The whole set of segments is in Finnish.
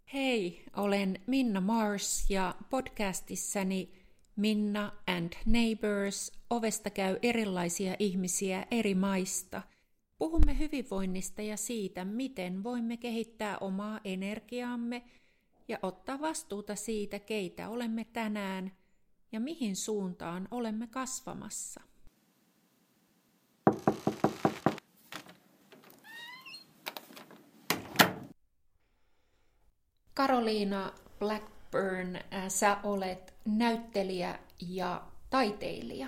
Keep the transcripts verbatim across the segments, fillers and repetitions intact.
Hei, olen Minna Mars ja podcastissani Minna and Neighbors ovesta käy erilaisia ihmisiä eri maista. Puhumme hyvinvoinnista ja siitä, miten voimme kehittää omaa energiaamme ja ottaa vastuuta siitä, keitä olemme tänään ja mihin suuntaan olemme kasvamassa. Carolina Blackburn, sä olet näyttelijä ja taiteilija.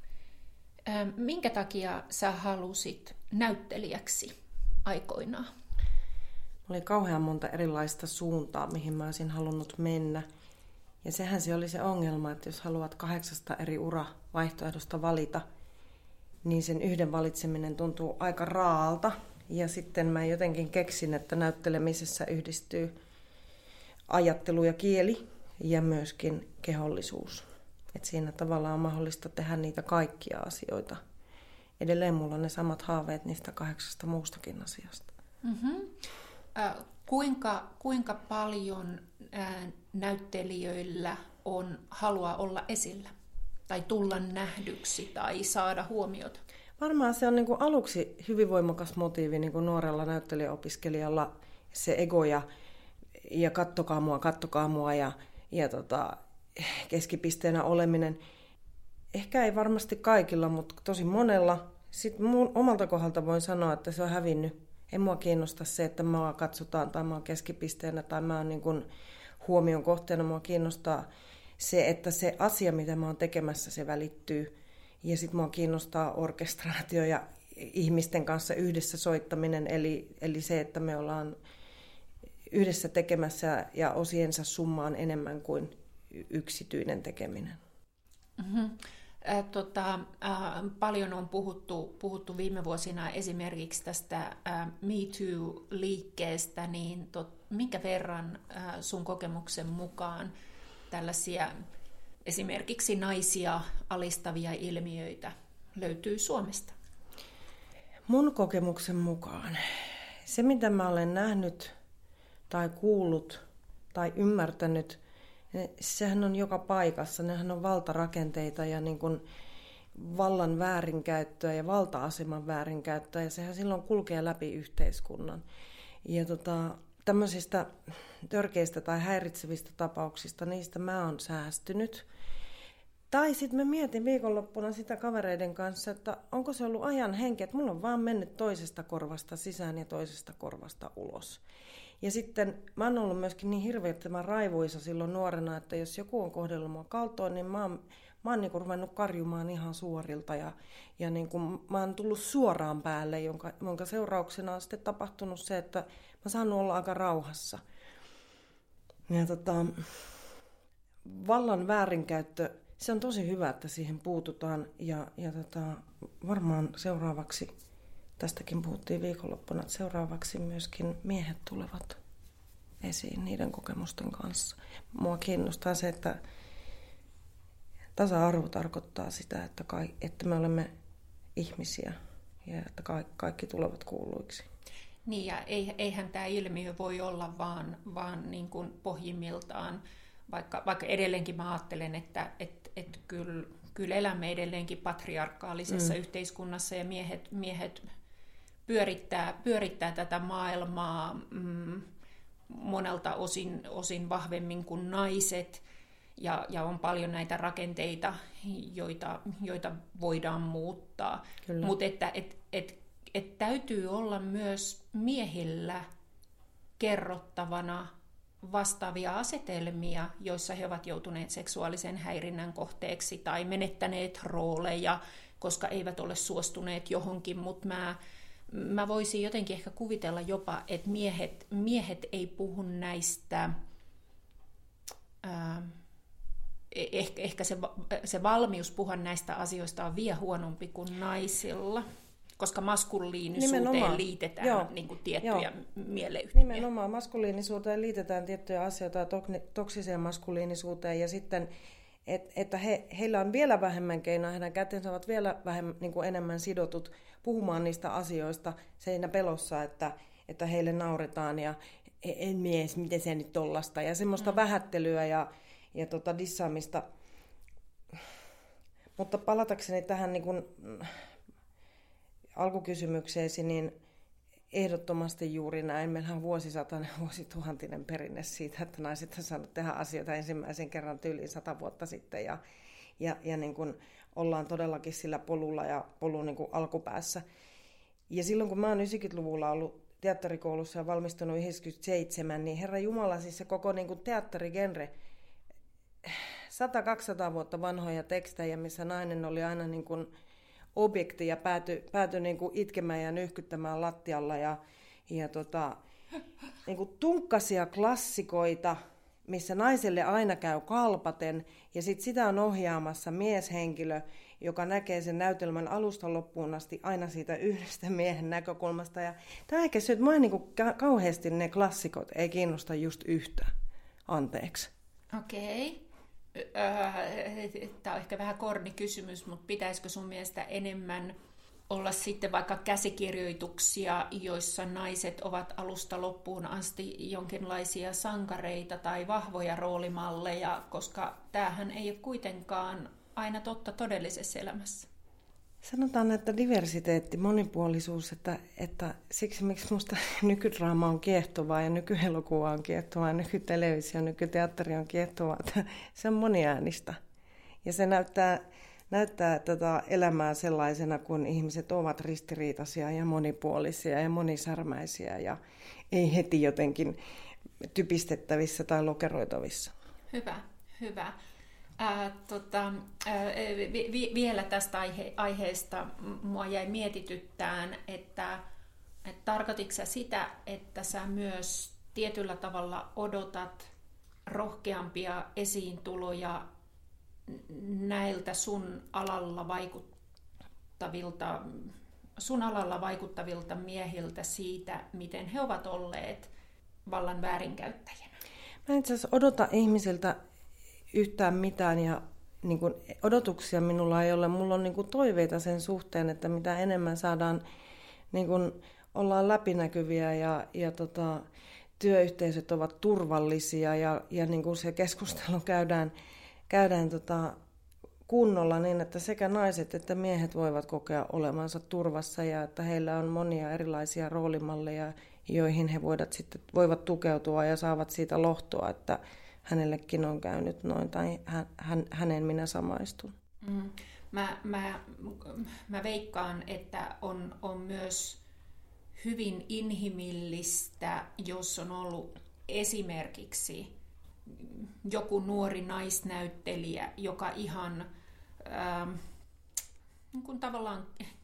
Minkä takia sä halusit näyttelijäksi aikoinaan? Oli kauhean monta erilaista suuntaa, mihin mä olisin halunnut mennä. Ja sehän se oli se ongelma, että jos haluat kahdeksasta eri uravaihtoehdosta valita, niin sen yhden valitseminen tuntuu aika raalta. Ja sitten mä jotenkin keksin, että näyttelemisessä yhdistyy ajattelu ja kieli ja myöskin kehollisuus. Et siinä tavallaan on mahdollista tehdä niitä kaikkia asioita. Edelleen mulla on ne samat haaveet niistä kahdeksasta muustakin asiasta. Mm-hmm. Äh, kuinka, kuinka paljon äh, näyttelijöillä on halua olla esillä? Tai tulla nähdyksi tai saada huomiota? Varmaan se on niin kuin aluksi hyvin voimakas motiivi niin kuin nuorella näyttelijäopiskelijalla, se ego ja ja kattokaa mua, kattokaa mua ja, ja tota, keskipisteenä oleminen. Ehkä ei varmasti kaikilla, mutta tosi monella. Sitten mun omalta kohdalta voin sanoa, että se on hävinnyt. Ei mua kiinnosta se, että mua katsotaan tai mä oon keskipisteenä tai mä oon niin kuin huomion kohteena. Mua kiinnostaa se, että se asia, mitä mä oon tekemässä, se välittyy. Ja sitten mua kiinnostaa orkestraatio ja ihmisten kanssa yhdessä soittaminen. Eli, eli se, että me ollaan yhdessä tekemässä ja osiensa summaan enemmän kuin yksityinen tekeminen. Mm-hmm. Äh, tota, äh, paljon on puhuttu, puhuttu viime vuosina esimerkiksi tästä äh, Me Too-liikkeestä, niin tot, minkä verran äh, sun kokemuksen mukaan tällaisia esimerkiksi naisia alistavia ilmiöitä löytyy Suomesta? Mun kokemuksen mukaan se, mitä mä olen nähnyt tai kuullut tai ymmärtänyt, sehän on joka paikassa. Nehän on valtarakenteita ja niin kuin vallan väärinkäyttöä ja valta-aseman väärinkäyttöä, ja sehän silloin kulkee läpi yhteiskunnan. Ja tota, tämmöisistä törkeistä tai häiritsevistä tapauksista, niistä mä oon säästynyt. Tai sitten mä mietin viikonloppuna sitä kavereiden kanssa, että onko se ollut ajan henki, että mulla on vaan mennyt toisesta korvasta sisään ja toisesta korvasta ulos. Ja sitten mä oon ollut myöskin niin hirveättömän raivoisa silloin nuorena, että jos joku on kohdellut mua kaltoin, niin mä oon, mä oon niin kuin ruvennut karjumaan ihan suorilta. Ja, ja niin kuin mä oon tullut suoraan päälle, jonka, jonka seurauksena on sitten tapahtunut se, että mä saan olla aika rauhassa. Ja tota, vallan väärinkäyttö, se on tosi hyvä, että siihen puututaan. Ja, ja tota, varmaan seuraavaksi... Tästäkin puhuttiin viikonloppuna, että seuraavaksi myöskin miehet tulevat esiin niiden kokemusten kanssa. Mua kiinnostaa se, että tasa-arvo tarkoittaa sitä, että, ka- että me olemme ihmisiä ja että ka- kaikki tulevat kuulluiksi. Niin, ja eihän tämä ilmiö voi olla vaan, vaan niin kuin pohjimmiltaan, vaikka, vaikka edelleenkin mä ajattelen, että et, et kyllä, kyllä elämme edelleenkin patriarkaalisessa mm. yhteiskunnassa ja miehet... miehet Pyörittää, pyörittää tätä maailmaa mm, monelta osin, osin vahvemmin kuin naiset, ja, ja on paljon näitä rakenteita, joita, joita voidaan muuttaa. Mutta että et, et, et täytyy olla myös miehillä kerrottavana vastaavia asetelmia, joissa he ovat joutuneet seksuaalisen häirinnän kohteeksi tai menettäneet rooleja, koska eivät ole suostuneet johonkin, mutta mä Mä voisin jotenkin ehkä kuvitella jopa, että miehet, miehet ei puhu näistä, ää, ehkä, ehkä se, se valmius puhua näistä asioista on vielä huonompi kuin naisilla, koska maskuliinisuuteen nimenomaan liitetään joo, niin kuin tiettyjä joo. mieleyhtymiä. Nimenomaan maskuliinisuuteen liitetään tiettyjä asioita toksiseen maskuliinisuuteen ja sitten Et, että he, heillä on vielä vähemmän keinoja, heidän kätensä ovat vielä vähemmän, niin kuin enemmän sidotut puhumaan niistä asioista siinä pelossa, että, että heille nauretaan ja en mies, miten se nyt tollasta, ja semmoista mm. vähättelyä ja, ja tota dissaamista. Mutta palatakseni tähän niin kun, alkukysymykseesi, niin ehdottomasti juuri näin. Meillähän on vuosisatainen, vuosituhantinen perinne siitä, että naiset on saanut tehdä asioita ensimmäisen kerran tyyliin sata vuotta sitten, ja, ja, ja niin kun ollaan todellakin sillä polulla ja polun niin kun alkupäässä. Ja silloin kun mä oon yhdeksänkymmentäluvulla ollut teatterikoulussa ja valmistunut yhdeksänkymmentäseitsemän, niin herra Jumala, siis se koko niin kuin teatterigenre, sata kaksisataa vuotta vanhoja tekstejä, missä nainen oli aina niin kuin objekti ja päätyi, päätyi niin kuin itkemään ja nyhkyttämään lattialla. Ja, ja tota, niin kuin tunkkasia klassikoita, missä naiselle aina käy kalpaten, ja sit sitä on ohjaamassa mieshenkilö, joka näkee sen näytelmän alusta loppuun asti aina siitä yhdestä miehen näkökulmasta. Ja tämä ehkä se, että mua niin kuin kauheasti ne klassikot ei kiinnosta just yhtään. Anteeksi. Okei. Tämä on ehkä vähän korni kysymys, mutta pitäisikö sun mielestä enemmän olla sitten vaikka käsikirjoituksia, joissa naiset ovat alusta loppuun asti jonkinlaisia sankareita tai vahvoja roolimalleja, koska tämähän ei ole kuitenkaan aina totta todellisessa elämässä. Sanotaan, että diversiteetti, monipuolisuus, että, että siksi miksi minusta nykydraama on kiehtovaa ja nykyelokuva on kiehtovaa ja nykytelevisio, nykyteatteri on kiehtovaa, että se on moniäänistä. Ja se näyttää, näyttää tätä elämää sellaisena, kun ihmiset ovat ristiriitaisia ja monipuolisia ja monisärmäisiä ja ei heti jotenkin typistettävissä tai lokeroitavissa. Hyvä, hyvä. Äh, tota, äh, vi, vi, vielä tästä aihe, aiheesta mua jäi mietityttään, että, että tarkoititko sä sitä, että sä myös tietyllä tavalla odotat rohkeampia esiintuloja näiltä sun alalla vaikuttavilta, sun alalla vaikuttavilta miehiltä siitä, miten he ovat olleet vallan väärinkäyttäjänä? Mä itse asiassa odota ihmisiltä yhtään mitään ja niin kuin odotuksia minulla ei ole. Mulla on niin kuin toiveita sen suhteen, että mitä enemmän saadaan, niin kuin ollaan läpinäkyviä ja, ja tota, työyhteisöt ovat turvallisia ja, ja niin kuin se keskustelu käydään, käydään tota kunnolla niin, että sekä naiset että miehet voivat kokea olevansa turvassa ja että heillä on monia erilaisia roolimalleja, joihin he voivat, sitten, voivat tukeutua ja saavat siitä lohtoa, että hänellekin on käynyt noin, tai hän, hän, hänen minä samaistun. Mm. Mä, mä, mä veikkaan, että on, on myös hyvin inhimillistä, jos on ollut esimerkiksi joku nuori naisnäyttelijä, joka ihan ähm, niin kuin tavallaan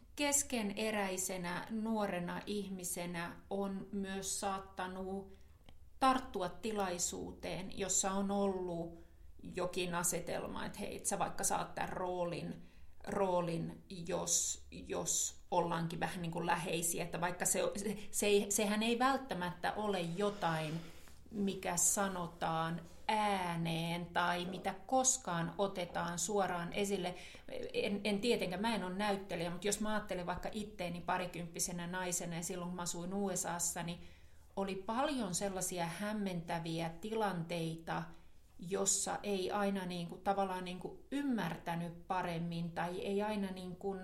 keskeneräisenä nuorena ihmisenä on myös saattanut tarttua tilaisuuteen, jossa on ollut jokin asetelma, että hei, et sä vaikka saat tämän roolin, roolin jos, jos ollaankin vähän niin kuin läheisiä, että vaikka se, se ei, sehän ei välttämättä ole jotain, mikä sanotaan ääneen tai mitä koskaan otetaan suoraan esille. En, en tietenkään, mä en ole näyttelijä, mutta jos mä ajattelen vaikka itteeni parikymppisenä naisena ja silloin kun mä asuin U S A:ssa, niin oli paljon sellaisia hämmentäviä tilanteita, jossa ei aina niin kuin, tavallaan niin kuin ymmärtänyt paremmin tai ei aina niin kuin,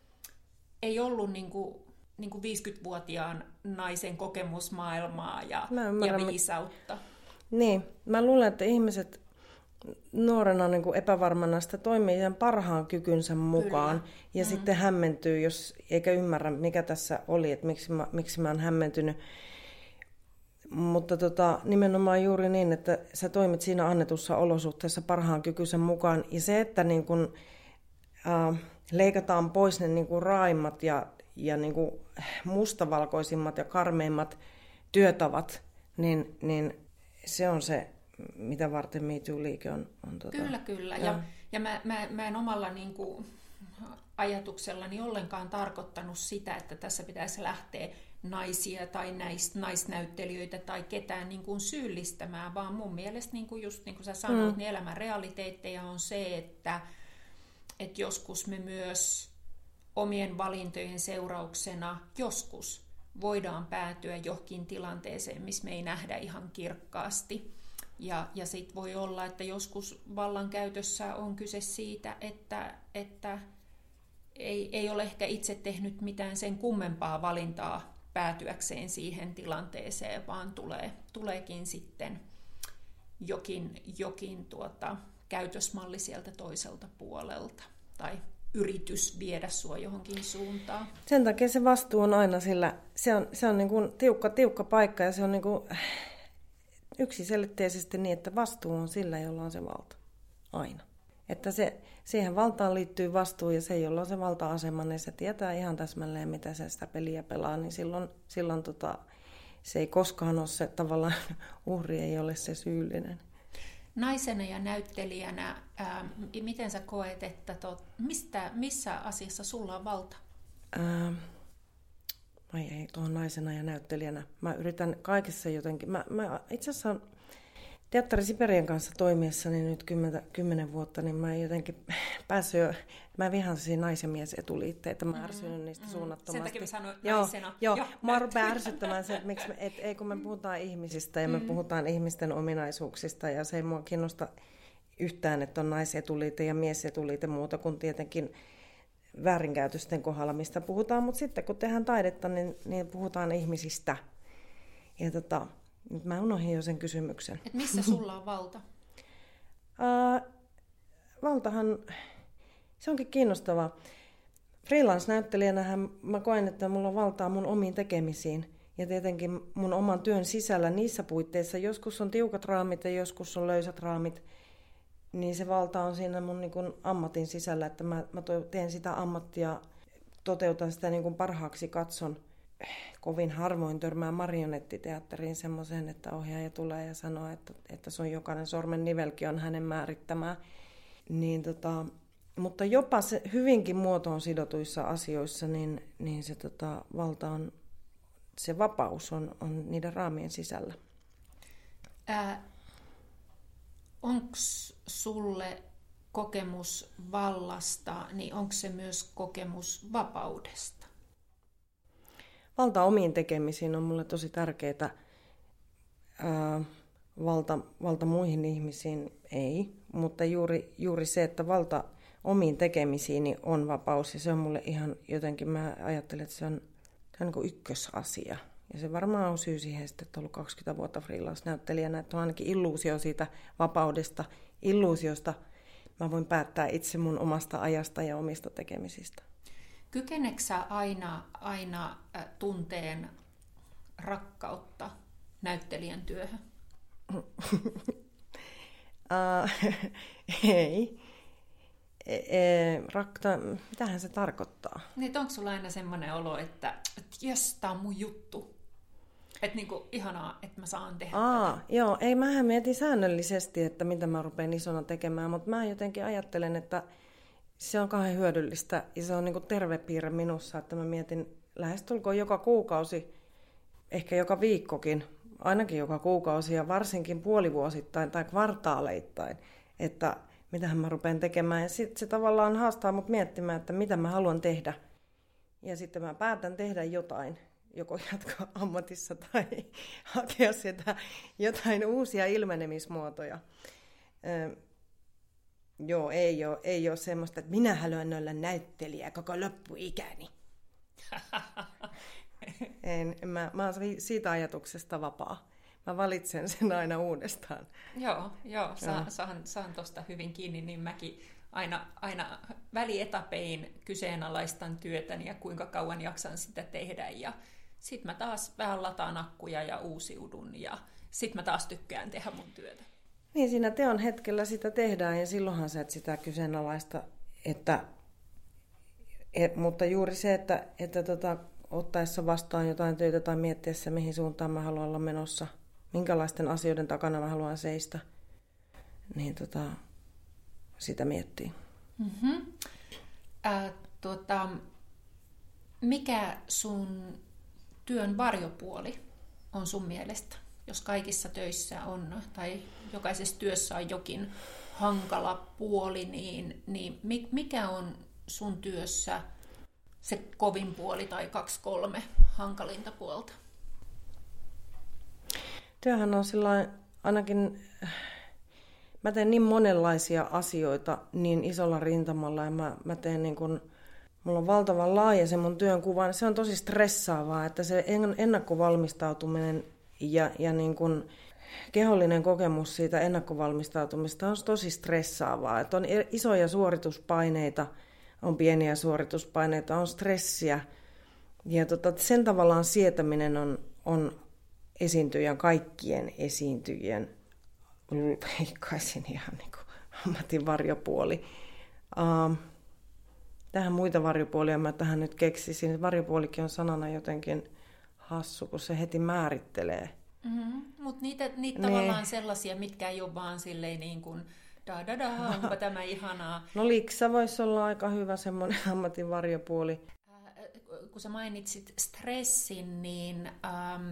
ei ollut niin kuin, niin kuin viisikymmentävuotiaan naisen kokemusmaailmaa ja, ja viisautta. Niin, mä luulen, että ihmiset nuorena niin kuin epävarmana sitä toimii sen parhaan kykynsä mukaan. Kyllä. Ja mm. sitten hämmentyy, jos eikä ymmärrä, mikä tässä oli, että miksi mä, miksi mä oon hämmentynyt. Mutta tota, nimenomaan juuri niin, että sä toimit siinä annetussa olosuhteessa parhaan kykynsä mukaan. Ja se, että niin kun, äh, leikataan pois ne niin kun raimmat ja, ja niin kun mustavalkoisimmat ja karmeimmat työtavat, niin, niin se on se, mitä varten Me Too-liike on. on tota, kyllä, kyllä. Ja, ja mä, mä, mä en omalla niin kuin ajatuksellani ollenkaan tarkoittanut sitä, että tässä pitäisi lähteä naisia tai näis, naisnäyttelijöitä tai ketään niin kuin syyllistämään, vaan mun mielestä, niin kuin just niin kuin sä sanoit, mm. niin elämän realiteetteja on se, että, että joskus me myös omien valintojen seurauksena joskus voidaan päätyä johonkin tilanteeseen, missä me ei nähdä ihan kirkkaasti. Ja, ja sitten voi olla, että joskus vallankäytössä on kyse siitä, että, että ei, ei ole ehkä itse tehnyt mitään sen kummempaa valintaa päätyäkseen siihen tilanteeseen, vaan tulee, tuleekin sitten jokin, jokin tuota, käytösmalli sieltä toiselta puolelta tai yritys viedä sua johonkin suuntaan. Sen takia se vastuu on aina sillä, se on, se on niin kuin tiukka, tiukka paikka ja se on niin kuin yksiselitteisesti niin, että vastuu on sillä, jolla on se valta. Aina. Että se, siihen valtaan liittyy vastuu ja se, jolla on se valta-asema, niin se tietää ihan täsmälleen, mitä se sitä peliä pelaa, niin silloin, silloin tota, se ei koskaan ole se tavallaan, uhri ei ole se syyllinen. Naisena ja näyttelijänä, ää, miten sä koet, että tot, mistä, missä asiassa sulla on valta? Ää, ai ei, tuohon naisena ja näyttelijänä. Mä yritän kaikessa jotenkin. Mä, mä itse asiassa Teatteri Siperian kanssa toimiessani nyt kymmentä, kymmenen vuotta, niin mä jotenkin päässyt jo, mä vihasin nais- ja miesetuliitteitä, mä ärsynyt mm, niistä mm. suunnattomasti. Sen takia mä sanoin joo, naisena. Joo, joo. Mä rupean ärsyttämään se, että miksi me, et, ei kun me puhutaan ihmisistä ja me mm. puhutaan ihmisten ominaisuuksista ja se ei mua kiinnosta yhtään, että on naisetuliite ja miesetuliite muuta kuin tietenkin väärinkäytösten kohdalla, mistä puhutaan, mutta sitten kun tehdään taidetta, niin, niin puhutaan ihmisistä. Ja tota, nyt mä unohdin jo sen kysymyksen. Et missä sulla on valta? uh, valtahan, se onkin kiinnostavaa. Freelance-näyttelijänähän mä koen, että mulla on valtaa mun omiin tekemisiin. Ja tietenkin mun oman työn sisällä niissä puitteissa. Joskus on tiukat raamit ja joskus on löysät raamit. Niin se valta on siinä mun niin kuin ammatin sisällä, että mä, mä teen sitä ammattia, toteutan sitä niin kuin parhaaksi katson. Kovin harvoin törmää marionettiteatteriin semmoiseen, että ohjaaja tulee ja sanoo, että, että sun jokainen sormen nivelkin on hänen määrittämää. Niin tota, mutta jopa se hyvinkin muotoon sidotuissa asioissa, niin, niin se tota, valta on, se vapaus on, on niiden raamien sisällä. Ää, onko sulle kokemus vallasta, niin onko se myös kokemus vapaudesta? Valta omiin tekemisiin on mulle tosi tärkeää. Ää, valta, valta muihin ihmisiin ei, mutta juuri, juuri se, että valta omiin tekemisiin on vapaus ja se on mulle ihan jotenkin, mä ajattelen, että se on, se on niin kuin ykkösasia. Ja se varmaan on syy siihen, että on ollut kaksikymmentä vuotta freelance-näyttelijänä, että on ainakin illuusio siitä vapaudesta, illuusiosta. Mä voin päättää itse mun omasta ajasta ja omista tekemisistä. Kykeneekö sä aina, aina tunteen rakkautta näyttelijän työhön? uh, ei. E, e, rakta, mitähän se tarkoittaa? Niin, onko sulla aina semmoinen olo, että, että jes, tää on mun juttu? Että niinku ihanaa, että mä saan tehdä Aa, tätä. Joo, ei, mähän mietin säännöllisesti, että mitä mä rupean isona tekemään, mutta mä jotenkin ajattelen, että se on kauhean hyödyllistä ja se on niinku terve piirre minussa, että mä mietin lähestulkoon joka kuukausi, ehkä joka viikkokin, ainakin joka kuukausi ja varsinkin puolivuosittain tai kvartaaleittain, että mitähän mä rupean tekemään. Ja sitten se tavallaan haastaa mut miettimään, että mitä mä haluan tehdä. Ja sitten mä päätän tehdä jotain, joko jatkaa ammatissa tai hakea sitä jotain uusia ilmenemismuotoja. Ö, joo, ei ole, ei ole semmoista, että minä haluan olla näyttelijä koko loppuikäni. en, mä, mä oon siitä ajatuksesta vapaa. Mä valitsen sen aina uudestaan. Joo, joo saan, saan, saan tuosta hyvin kiinni, niin mäkin aina, aina välietapein kyseenalaistan työtäni ja kuinka kauan jaksan sitä tehdä. Ja sit mä taas vähän lataan akkuja ja uusiudun ja sit mä taas tykkään tehdä mun työtä. Niin, siinä teon hetkellä sitä tehdään ja silloinhan sä et sitä kyseenalaista, että, et, mutta juuri se, että, että tota, ottaessa vastaan jotain töitä tai miettiessä, mihin suuntaan mä haluan olla menossa, minkälaisten asioiden takana mä haluan seistä, niin tota, sitä miettii. Mm-hmm. Äh, tuota, mikä sun työn varjopuoli on sun mielestä? Jos kaikissa töissä on, tai jokaisessa työssä on jokin hankala puoli, niin, niin mikä on sun työssä se kovin puoli tai kaksi kolme hankalinta puolta? Työhän on sillain, ainakin mä teen niin monenlaisia asioita niin isolla rintamalla ja mä, mä teen niin kuin, mulla on valtavan laaja se mun työnkuva, se on tosi stressaavaa, että se ennakkovalmistautuminen ja, ja niin kuin kehollinen kokemus siitä ennakkovalmistautumista on tosi stressaavaa, että on isoja suorituspaineita, on pieniä suorituspaineita, on stressiä ja tota, sen tavallaan sietäminen on, on esiintyjän, kaikkien esiintyjien, veikkaisin ihan niin kuin ammatin varjopuoli. Uh, tähän muita varjopuolia mä tähän nyt keksisin. Varjopuolikin on sanana jotenkin hassu, kun se heti määrittelee. Mm-hmm. Mutta niitä, niitä ne. Tavallaan sellaisia, mitkä ei ole vaan silleen niin kuin da da da, onpa tämä ihanaa. No liksa voisi olla aika hyvä semmoinen ammatin varjopuoli. Äh, kun sä mainitsit stressin, niin ähm,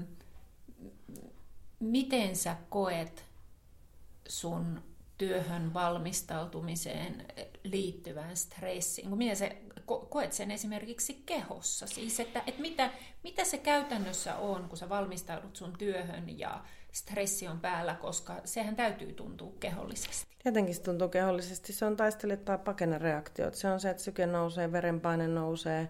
miten sä koet sun työhön valmistautumiseen liittyvän stressin? Miten sä koet sen esimerkiksi kehossa? Siis, että, että mitä, mitä se käytännössä on, kun sä valmistaudut sun työhön ja stressi on päällä, koska sehän täytyy tuntua kehollisesti. Tietenkin se tuntuu kehollisesti. Se on taistele- tai pakenereaktio. Se on se, että syke nousee, verenpaine nousee.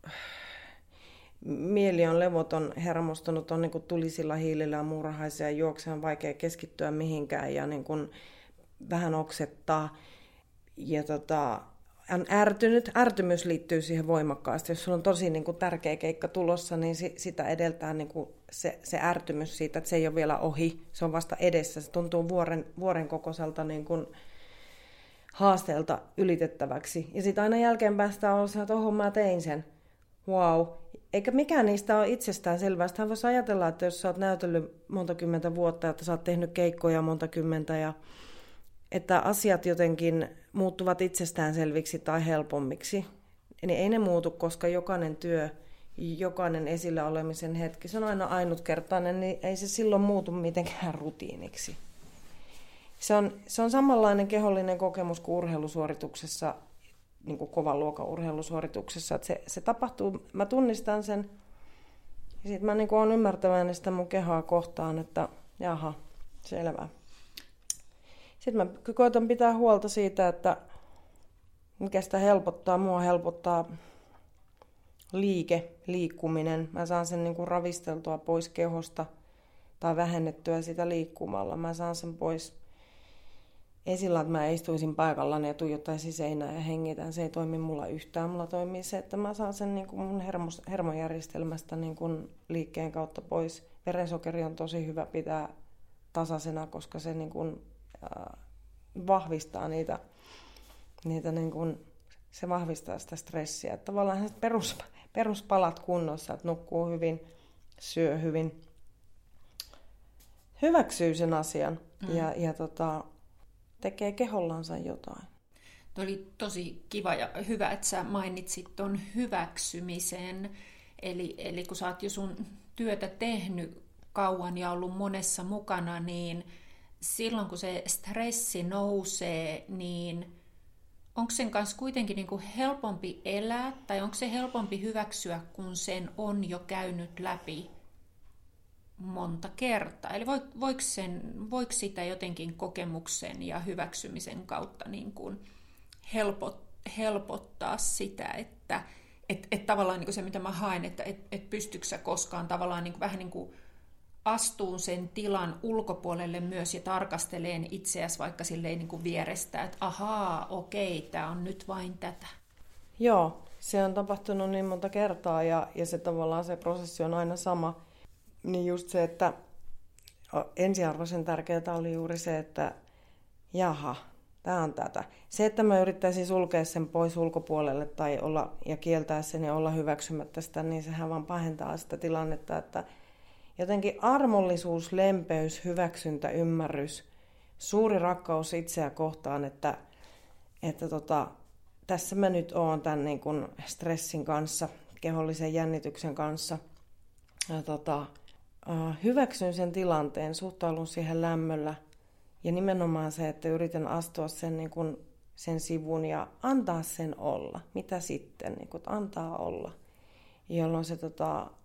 Mieli on levoton, hermostunut, on niin kuin tulisilla hiilillä ja muurahaisia, juoksee, on vaikea keskittyä mihinkään ja niin kuin vähän oksettaa. Ja tota, on ärtynyt. Ärtymys liittyy siihen voimakkaasti. Jos sulla on tosi niin kuin tärkeä keikka tulossa, niin sitä edeltää niin kuin se, se ärtymys siitä, että se ei ole vielä ohi. Se on vasta edessä. Se tuntuu vuoren, vuoren kokoiselta niin kuin haasteelta ylitettäväksi. Ja sitten aina jälkeenpäin sitä on se, että oho, mä tein sen. Wow. Eikä mikään niistä ole itsestään selvää. Sitä voisi ajatella, että jos sä oot näytellyt monta kymmentä vuotta, että sä oot tehnyt keikkoja monta kymmentä, ja että asiat jotenkin muuttuvat itsestään selviksi tai helpommiksi, niin ei ne muutu, koska jokainen työ, jokainen esillä olemisen hetki, se on aina ainutkertainen, niin ei se silloin muutu mitenkään rutiiniksi. Se on, se on samanlainen kehollinen kokemus kuin urheilusuorituksessa, niin kuin kovan luokan urheilusuorituksessa, että se, se tapahtuu, mä tunnistan sen, ja sitten mä niin kuin olen ymmärtäväinen sitä mun kehoa kohtaan, että jaha, selvä. Sitten mä koitan pitää huolta siitä, että mikä sitä helpottaa, mua helpottaa liike, liikkuminen. Mä saan sen niin kuin ravisteltua pois kehosta tai vähennettyä sitä liikkumalla. Mä saan sen pois. Ei sillä, että mä istuisin paikallani ja tuijottaisin seinään ja hengitän. Se ei toimi mulla yhtään. Mulla toimii se, että mä saan sen niin kuin mun hermos, hermojärjestelmästä niin kuin liikkeen kautta pois. Verensokeri on tosi hyvä pitää tasaisena, koska se niin kuin, äh, vahvistaa niitä, niitä niin kuin, se vahvistaa sitä stressiä. Että tavallaan perus, peruspalat kunnossa, että nukkuu hyvin, syö hyvin, hyväksyy sen asian mm. ja, ja tota, tekee kehollansa jotain. Tuo oli tosi kiva ja hyvä, että sä mainitsit ton hyväksymisen. Eli, eli kun sä oot jo sun työtä tehnyt kauan ja ollut monessa mukana, niin silloin kun se stressi nousee, niin onko sen kanssa kuitenkin niin kuin helpompi elää tai onko se helpompi hyväksyä, kun sen on jo käynyt läpi monta kertaa? Eli voiko, sen, voiko sitä jotenkin kokemuksen ja hyväksymisen kautta niin kuin helpot, helpottaa sitä, että et, et tavallaan niin kuin se, mitä mä haen, että et, et pystyykö sä koskaan tavallaan niin kuin, vähän niin kuin astuun sen tilan ulkopuolelle myös ja tarkasteleen itseäsi vaikka silleen niin kuin vierestä, että ahaa, okei, tämä on nyt vain tätä. Joo, se on tapahtunut niin monta kertaa ja, ja se tavallaan se prosessi on aina sama. Niin just se, että ensiarvoisen tärkeää oli juuri se, että jaha, tämä on tätä. Se, että mä yrittäisin sulkea sen pois ulkopuolelle tai olla ja kieltää sen ja olla hyväksymättä sitä, niin sehän vaan pahentaa sitä tilannetta, että jotenkin armollisuus, lempeys, hyväksyntä, ymmärrys, suuri rakkaus itseä kohtaan, että, että tota, tässä mä nyt oon tämän niin kuin stressin kanssa, kehollisen jännityksen kanssa. Ja tota, hyväksyn sen tilanteen, suhtaudun siihen lämmöllä ja nimenomaan se, että yritän astua sen, niin kuin, sen sivun ja antaa sen olla. Mitä sitten? Niin kuin, antaa olla. Jolloin se tota,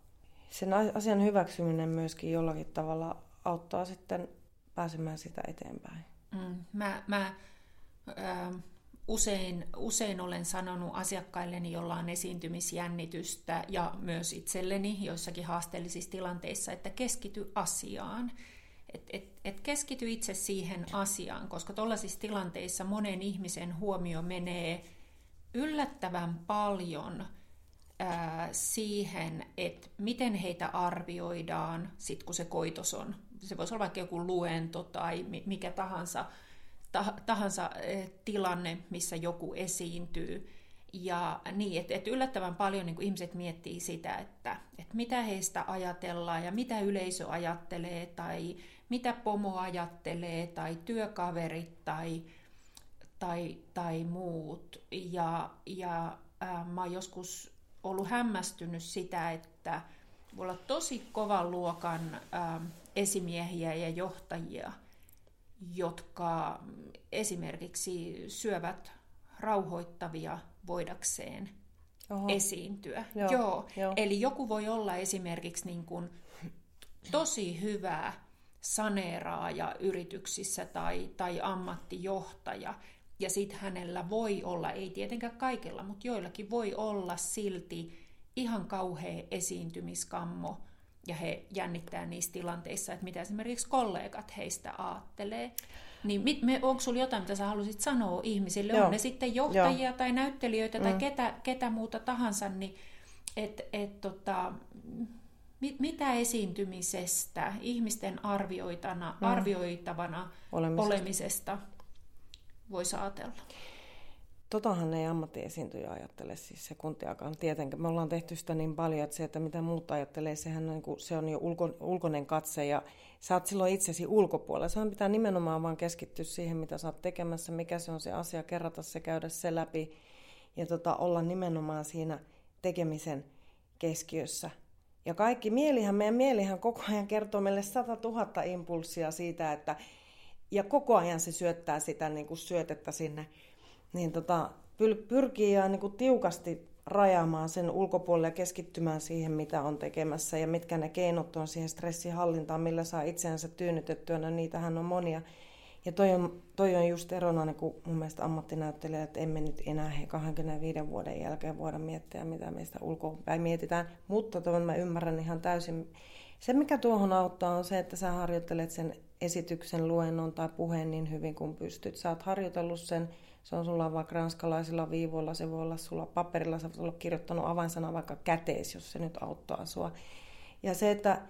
sen asian hyväksyminen myöskin jollakin tavalla auttaa sitten pääsemään sitä eteenpäin. Mm, mä mä äh, usein, usein olen sanonut asiakkailleni, jolla on esiintymisjännitystä ja myös itselleni joissakin haasteellisissa tilanteissa, että keskity asiaan. Et, et, et keskity itse siihen asiaan, koska tuollaisissa tilanteissa monen ihmisen huomio menee yllättävän paljon ää, siihen, että miten heitä arvioidaan, sit kun se koitos on. Se voisi olla vaikka joku luento tai mikä tahansa, tah, tahansa eh, tilanne, missä joku esiintyy. Ja niin, että et yllättävän paljon niin kun ihmiset miettii sitä, että et mitä heistä ajatellaan ja mitä yleisö ajattelee tai mitä pomo ajattelee tai työkaverit tai, tai, tai muut. Ja, ja äh, mä oon joskus ollut hämmästynyt sitä, että voi olla tosi kovan luokan äh, esimiehiä ja johtajia, jotka esimerkiksi syövät rauhoittavia voidakseen Oho. esiintyä. Joo, Joo. jo. Eli joku voi olla esimerkiksi niin kuin tosi hyvä saneeraaja yrityksissä tai, tai ammattijohtaja, ja sitten hänellä voi olla, ei tietenkään kaikilla, mutta joillakin voi olla silti ihan kauhea esiintymiskammo, ja he jännittää niissä tilanteissa, että mitä esimerkiksi kollegat heistä aattelee. Niin onko sinulla jotain, mitä sä haluaisit sanoa ihmisille? Joo. On ne sitten johtajia Joo. tai näyttelijöitä mm. tai ketä, ketä muuta tahansa, niin et, et, tota, mit, mitä esiintymisestä, ihmisten arvioitana, mm. arvioitavana olemisesta. olemisesta voisi ajatella? Totahan ei ammattiesiintyjä ajattele siis sekuntiakaan. Tietenkin me ollaan tehty sitä niin paljon, että se, että mitä muut ajattelee, sehän on, niin kuin, se on jo ulko, ulkoinen katse ja sä oot silloin itsesi ulkopuolella. Sehän pitää nimenomaan vaan keskittyä siihen, mitä sä oot tekemässä, mikä se on se asia, kerrata se, käydä se läpi ja tota, olla nimenomaan siinä tekemisen keskiössä. Ja kaikki mielihän, meidän mielihän koko ajan kertoo meille sata tuhatta impulssia siitä, että ja koko ajan se syöttää sitä niin kuin syötettä sinne. Niin tota, pyrkii ja niin kuin tiukasti rajaamaan sen ulkopuolelle ja keskittymään siihen, mitä on tekemässä ja mitkä ne keinot on siihen stressinhallintaan, millä saa itseänsä tyynnytettyä, no niitähän on monia. Ja toi on, toi on just erona niin kuin mun mielestä ammattinäyttelijä, että emme nyt enää he kaksikymmentäviiden vuoden jälkeen voida miettiä, mitä meistä ulkopäin mietitään, mutta tuon mä ymmärrän ihan täysin. Se, mikä tuohon auttaa, on se, että sä harjoittelet sen esityksen, luennon tai puheen niin hyvin kuin pystyt. Sä oot harjoitellut sen, se on sulla vaikka ranskalaisilla viivoilla, se voi olla sulla paperilla, sä voit olla kirjoittanut avainsana vaikka kätees, jos se nyt auttaa sua. Ja se, että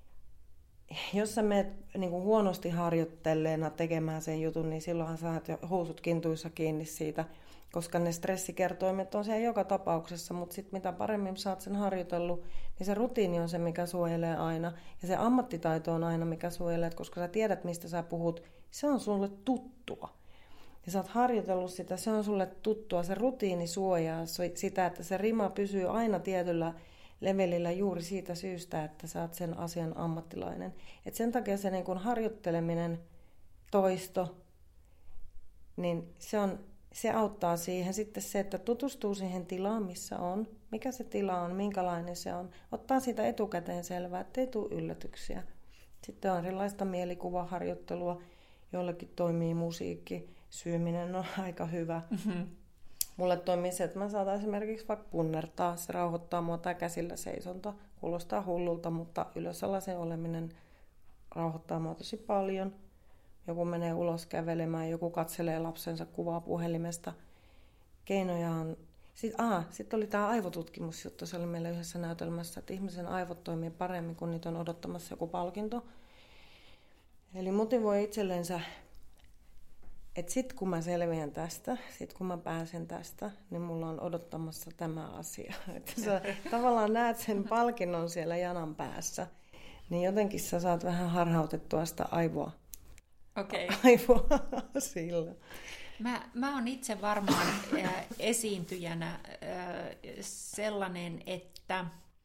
jos sä menet niin kuin huonosti harjoitteleena tekemään sen jutun, niin silloinhan sä saat jo housut kintuissa kiinni siitä, koska ne stressikertoimet on siellä joka tapauksessa, mutta sitten mitä paremmin sä oot sen harjoitellut, niin se rutiini on se, mikä suojelee aina. Ja se ammattitaito on aina, mikä suojelee, koska sä tiedät, mistä sä puhut, se on sulle tuttua. Ja sä oot harjoitellut sitä, se on sulle tuttua, se rutiini suojaa sitä, että se rima pysyy aina tietyllä levelillä juuri siitä syystä, että sä oot sen asian ammattilainen. Et sen takia se niin kun harjoitteleminen, toisto, niin se, on, se auttaa siihen. Sitten se, että tutustuu siihen tilaan, missä on, mikä se tila on, minkälainen se on. Ottaa siitä etukäteen selvää, ettei tule yllätyksiä. Sitten on erilaista mielikuvaharjoittelua, jollekin toimii musiikki, syöminen on aika hyvä. Mm-hmm. Mulle toimii se, että mä saatan esimerkiksi vaikka punnertaa, se rauhoittaa mua, tai käsillä seisonta. Kuulostaa hullulta, mutta ylösalaisen oleminen rauhoittaa mua tosi paljon. Joku menee ulos kävelemään, joku katselee lapsensa kuvaa puhelimesta. Keinoja on... Sitten ah, sit oli tämä aivotutkimusjuttu, se oli meillä yhdessä näytelmässä, että ihmisen aivot toimii paremmin, kun niitä on odottamassa joku palkinto. Eli motivoi itsellensä, että sitten kun mä selviän tästä, sitten kun mä pääsen tästä, niin mulla on odottamassa tämä asia. Että sä tavallaan näet sen palkinnon siellä janan päässä, niin jotenkin sä saat vähän harhautettua sitä aivoa. Okei. Okay. Aivoa sillä. Mä, mä oon itse varmaan äh, esiintyjänä äh, sellainen, että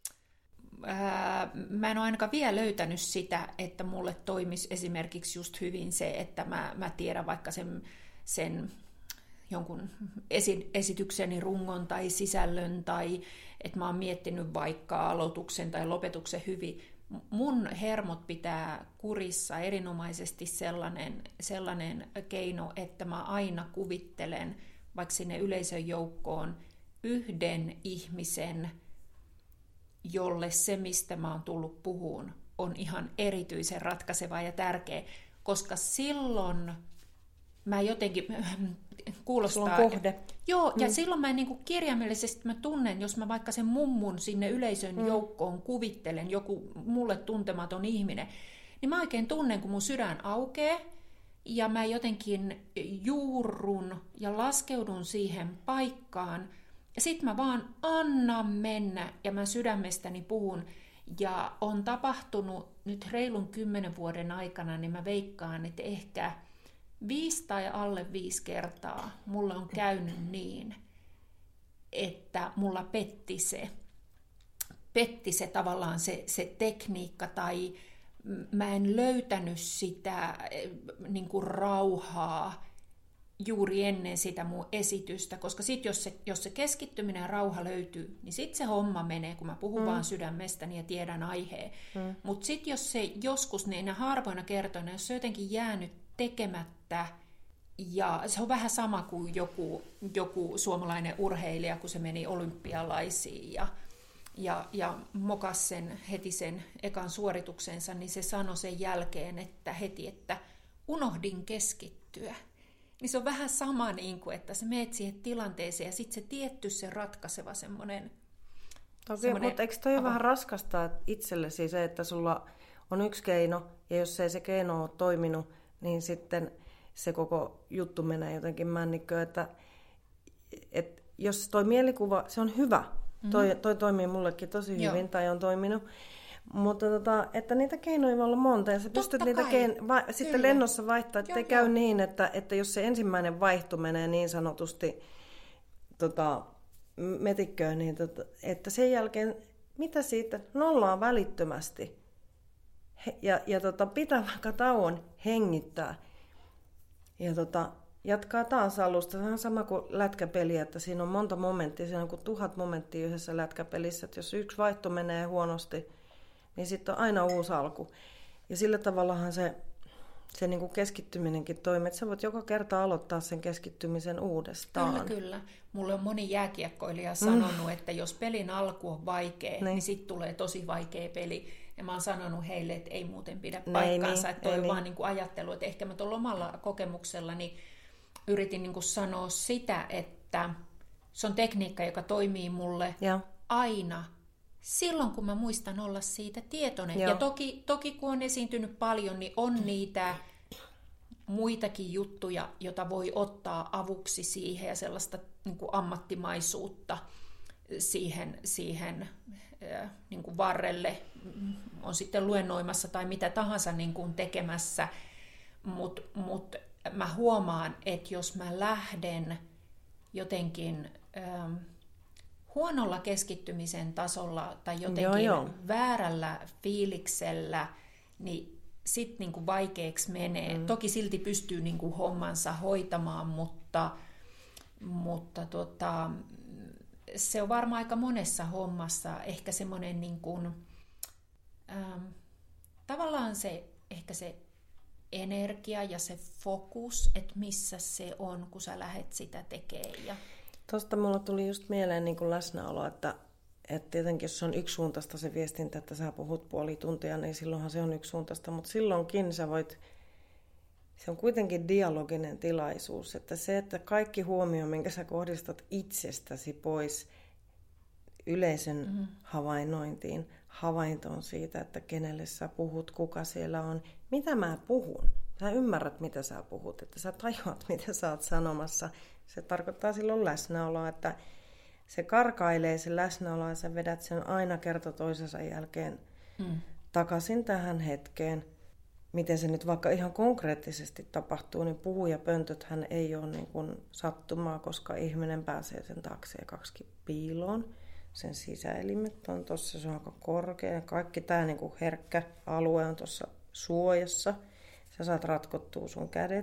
äh, mä en ole ainakaan vielä löytänyt sitä, että mulle toimisi esimerkiksi just hyvin se, että mä, mä tiedän vaikka sen, sen jonkun esi- esitykseni rungon tai sisällön, tai että mä oon miettinyt vaikka aloituksen tai lopetuksen hyvin. Mun hermot pitää kurissa erinomaisesti sellainen, sellainen keino, että mä aina kuvittelen vaikka sinne yleisön joukkoon yhden ihmisen, jolle se, mistä mä oon tullut puhuun, on ihan erityisen ratkaiseva ja tärkeä, koska silloin mä jotenkin kuulostaa... Sulla on kohde. Joo, ja mm. silloin mä niin kuin kirjaimellisesti mä tunnen, jos mä vaikka sen mummun sinne yleisön mm. joukkoon kuvittelen, joku mulle tuntematon ihminen, niin mä oikein tunnen, kun mun sydän aukeaa, ja mä jotenkin juurrun ja laskeudun siihen paikkaan, ja sit mä vaan annan mennä, ja mä sydämestäni puhun, ja on tapahtunut nyt reilun kymmenen vuoden aikana, niin mä veikkaan, että ehkä viisi tai alle viisi kertaa mulle on käynyt niin, että mulla petti se, petti se tavallaan se, se tekniikka, tai mä en löytänyt sitä niin kuin rauhaa juuri ennen sitä mun esitystä, koska sit jos se, jos se keskittyminen ja rauha löytyy, niin sit se homma menee, kun mä puhun mm. vaan sydämestäni ja tiedän aiheen. Mm. Mutta sit jos se joskus niin harvoina kertoina, jos se on jotenkin jäänyt tekemättä, ja se on vähän sama kuin joku, joku suomalainen urheilija, kun se meni olympialaisiin ja, ja, ja mokas sen heti sen ekan suorituksensa, niin se sanoi sen jälkeen, että heti, että unohdin keskittyä. Niin se on vähän sama, niin kuin, että sä meet siihen tilanteeseen ja sitten se tietty se ratkaiseva semmoinen... Toki, mutta eikö toi vähän raskasta itsellesi se, että sulla on yksi keino, ja jos ei se keino ole toiminut, niin sitten se koko juttu menee jotenkin männikköön, että, että jos toi mielikuva, se on hyvä, mm-hmm. toi, toi toimii mullekin tosi hyvin, Joo. tai on toiminut, mutta tota, että niitä keinoja voi olla monta, ja sä Totta pystyt niitä kein, va, sitten lennossa vaihtaa, että ei käy niin, että, että jos se ensimmäinen vaihto menee niin sanotusti tota, metikköön, niin tota, että sen jälkeen, mitä siitä, nollaa välittömästi, He, ja, ja tota, pitää vaikka tauon hengittää, ja tota, jatkaa taas alusta. Se on sama kuin lätkäpeli, että siinä on monta momenttia, siinä on kuin tuhat momenttia yhdessä lätkäpelissä, että jos yksi vaihto menee huonosti, niin sitten on aina uusi alku. Ja sillä tavallahan se, se niin kuin keskittyminenkin toimii, että sä voit joka kerta aloittaa sen keskittymisen uudestaan. Kyllä, kyllä. Mulle on moni jääkiekkoilija sanonut, mm. että jos pelin alku on vaikea, niin, niin sitten tulee tosi vaikea peli. Ja mä oon sanonut heille, että ei muuten pidä paikkaansa, niin, että toi on vaan niin kuin ajattelu, että ehkä mä tuolla omalla kokemuksellani yritin niin kuin sanoa sitä, että se on tekniikka, joka toimii mulle ja. aina silloin, kun mä muistan olla siitä tietoinen. Joo. Ja toki, toki kun on esiintynyt paljon, niin on niitä muitakin juttuja, joita voi ottaa avuksi siihen ja sellaista niin kuin ammattimaisuutta siihen, siihen niin kuin varrelle. On sitten luennoimassa tai mitä tahansa niin kuin tekemässä, mutta mut mä huomaan, että jos mä lähden jotenkin ähm, huonolla keskittymisen tasolla tai jotenkin joo, joo. väärällä fiiliksellä, niin sitten niinku vaikeaksi menee. Mm. Toki silti pystyy niinku hommansa hoitamaan, mutta, mutta tota, se on varmaan aika monessa hommassa ehkä semmoinen niinku, ähm, tavallaan se, ehkä se energia ja se fokus, että missä se on, kun sä lähdet sitä tekemään. Ja Tuosta mulla tuli just mieleen niin kuin läsnäolo, että, että tietenkin jos se on yksisuuntaista se viestintä, että sä puhut puoli tuntia, niin silloinhan se on yksisuuntaista, mutta silloinkin sä voit, se on kuitenkin dialoginen tilaisuus, että se, että kaikki huomio, minkä sä kohdistat itsestäsi pois yleisön mm-hmm. havainnointiin, havaintoon siitä, että kenelle sä puhut, kuka siellä on, mitä mä puhun. Sä ymmärrät, mitä sä puhut, että sä tajuat, mitä sä oot sanomassa. Se tarkoittaa silloin läsnäoloa, että se karkailee se läsnäoloa ja sä vedät sen aina kerta toisensa jälkeen mm. takaisin tähän hetkeen. Miten se nyt vaikka ihan konkreettisesti tapahtuu, niin puhujapöntöthän ei ole niin kuin sattumaa, koska ihminen pääsee sen taakse ja kaksikin piiloon. Sen sisäelimet on tuossa, se on aika korkea. Kaikki tämä niin kuin herkkä alue on tuossa suojassa. Sä saat ratkottua sun kädet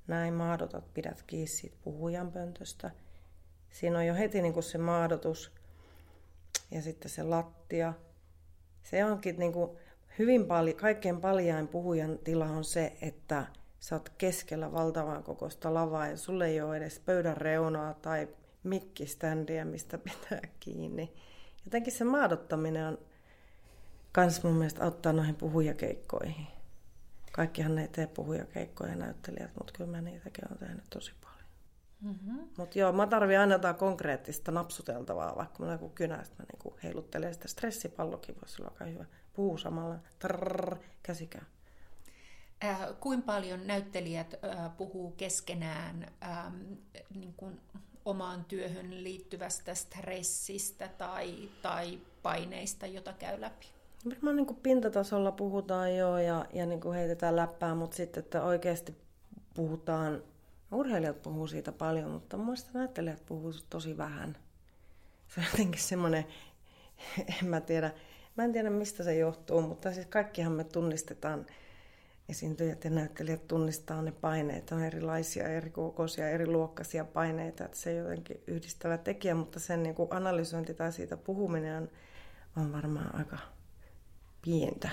näin maadotat, pidät kiinni siitä puhujan pöntöstä. Siinä on jo heti niin kuin se maadotus ja sitten se lattia. Se onkin niin kuin hyvin paljon, kaikkein paljain puhujan tila on se, että sä oot keskellä valtavan kokoista lavaa ja sulle ei ole edes pöydän reunaa tai mikkiständiä, mistä pitää kiinni. Jotenkin se maadottaminen on kans mun mielestä auttaa noihin puhujakeikkoihin. Kaikkihan ei tee puhujakeikkoja näyttelijät, mutta kyllä mä niitäkin olen tehnyt tosi paljon. Mm-hmm. Mutta joo, mä tarvitsen aina jotain konkreettista napsuteltavaa, vaikka mulla on joku kynä, että mä niinku heiluttelen sitä. Stressipallokin voisi olla aika hyvä. Puhuu samalla, trrrr, käsi käy. Äh, kuinka paljon näyttelijät äh, puhuu keskenään ähm, niin kuin omaan työhön liittyvästä stressistä tai, tai paineista, jota käy läpi? Varmaan niin kuin pintatasolla puhutaan joo ja, ja niin kuin heitetään läppää, mutta sitten, että oikeasti puhutaan, urheilijat puhuu siitä paljon, mutta muista näyttelijät puhuu tosi vähän. Se on jotenkin semmoinen, en mä tiedä, mä en tiedä mistä se johtuu, mutta siis kaikkihan me tunnistetaan, esiintyjät ja näyttelijät tunnistaa ne paineet, on erilaisia, eri kokoisia, eri luokkaisia paineita, että se on jotenkin yhdistävä tekijä, mutta sen niin kuin analysointi tai siitä puhuminen on, on varmaan aika pientä.